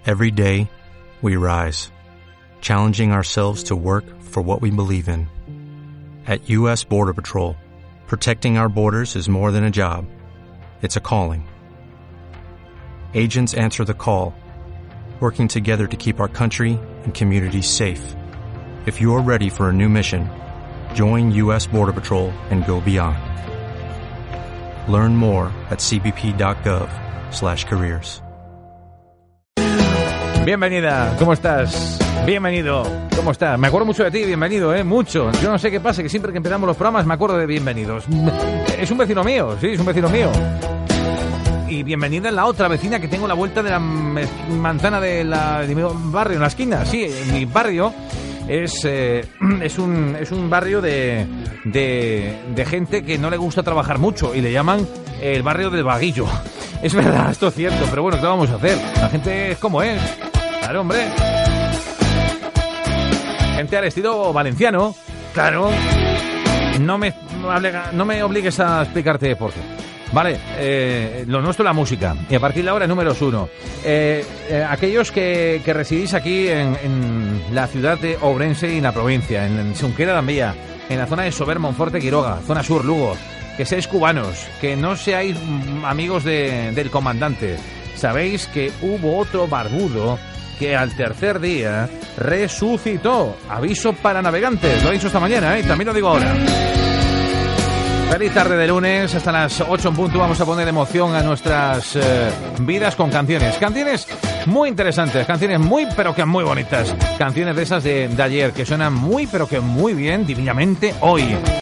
Every day, we rise, challenging ourselves to work for what we believe in. At U.S. Border Patrol, protecting our borders is more than a job. It's a calling. Agents answer the call, working together to keep our country and communities safe. If you're ready for a new mission, join U.S. Border Patrol and go beyond. Learn more at cbp.gov/careers. Bienvenida, ¿cómo estás? Bienvenido, ¿cómo estás? Me acuerdo mucho de ti, bienvenido, mucho. Yo no sé qué pasa, que siempre que empezamos los programas me acuerdo de bienvenidos. Es un vecino mío, sí, es un vecino mío. Y bienvenida a la otra vecina que tengo a la vuelta de la manzana de mi barrio, en la esquina. Sí, en mi barrio es un barrio de gente que no le gusta trabajar mucho y le llaman el barrio del vaguillo. Es verdad, esto es cierto, pero bueno, ¿qué vamos a hacer? La gente es como es. Claro, hombre. Gente al estilo valenciano. Claro. No me obligues a explicarte por qué. Vale, lo nuestro es la música. Y a partir de ahora, números 1. Aquellos que residís aquí en la ciudad de Ourense y en la provincia, en Xunquera de Ambilla, en la zona de Sober, Monforte, Quiroga, zona sur, Lugo, que seáis cubanos, que no seáis amigos del comandante, sabéis que hubo otro barbudo que al tercer día resucitó. Aviso para navegantes, lo he dicho esta mañana, también lo digo ahora. Feliz tarde de lunes, hasta las 8 en punto vamos a poner emoción a nuestras vidas con canciones. Canciones muy interesantes, canciones muy pero que muy bonitas. Canciones de esas de ayer que suenan muy pero que muy bien, divinamente hoy.